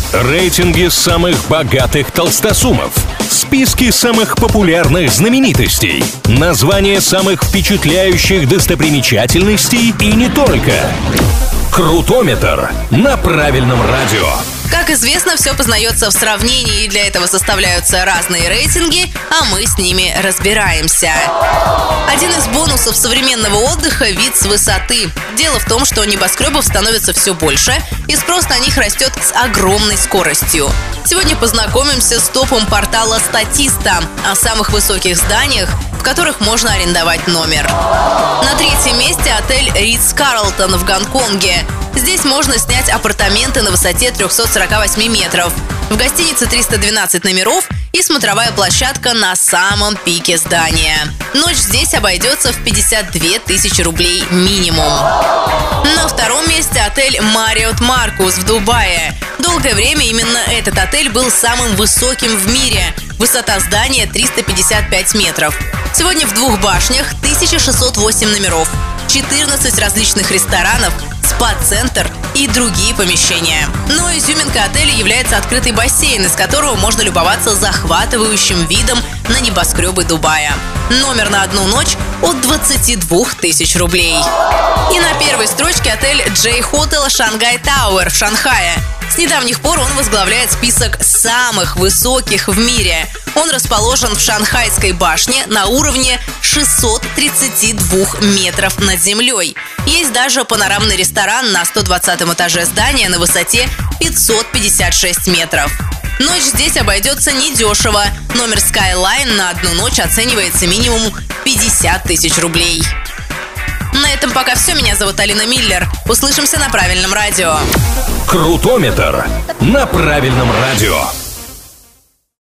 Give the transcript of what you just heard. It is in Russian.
Рейтинги самых богатых толстосумов. Списки самых популярных знаменитостей. Названия самых впечатляющих достопримечательностей и не только. Крутометр на правильном радио. Как известно, все познается в сравнении, и для этого составляются разные рейтинги, а мы с ними разбираемся. Один из бонусов современного отдыха – вид с высоты. Дело в том, что небоскребов становится все больше, и спрос на них растет с огромной скоростью. Сегодня познакомимся с топом портала Statista о самых высоких зданиях, в которых можно арендовать номер. На третьем месте отель Ритц-Карлтон в Гонконге. Здесь можно снять апартаменты на высоте 348 метров. В гостинице 312 номеров и смотровая площадка на самом пике здания. Ночь здесь обойдется в 52 тысячи рублей минимум. На втором месте отель Marriott Marcus в Дубае. Долгое время именно этот отель был самым высоким в мире. Высота здания 355 метров. Сегодня в двух башнях 1608 номеров, 14 различных ресторанов, спа-центр и другие помещения. Но изюминкой отеля является открытый бассейн, из которого можно любоваться захватывающим видом на небоскребы Дубая. Номер на одну ночь от 22 тысяч рублей. И на первой строчке отель J-Hotel Shanghai Tower в Шанхае. С недавних пор он возглавляет список самых высоких в мире. Он расположен в Шанхайской башне на уровне 632 метров над землей. Есть даже панорамный ресторан на 120 этаже здания на высоте 556 метров. Ночь здесь обойдется недешево. Номер Skyline на одну ночь оценивается минимум 50 тысяч рублей. На этом пока все. Меня зовут Алина Миллер. Услышимся на правильном радио. Крутометр на правильном радио.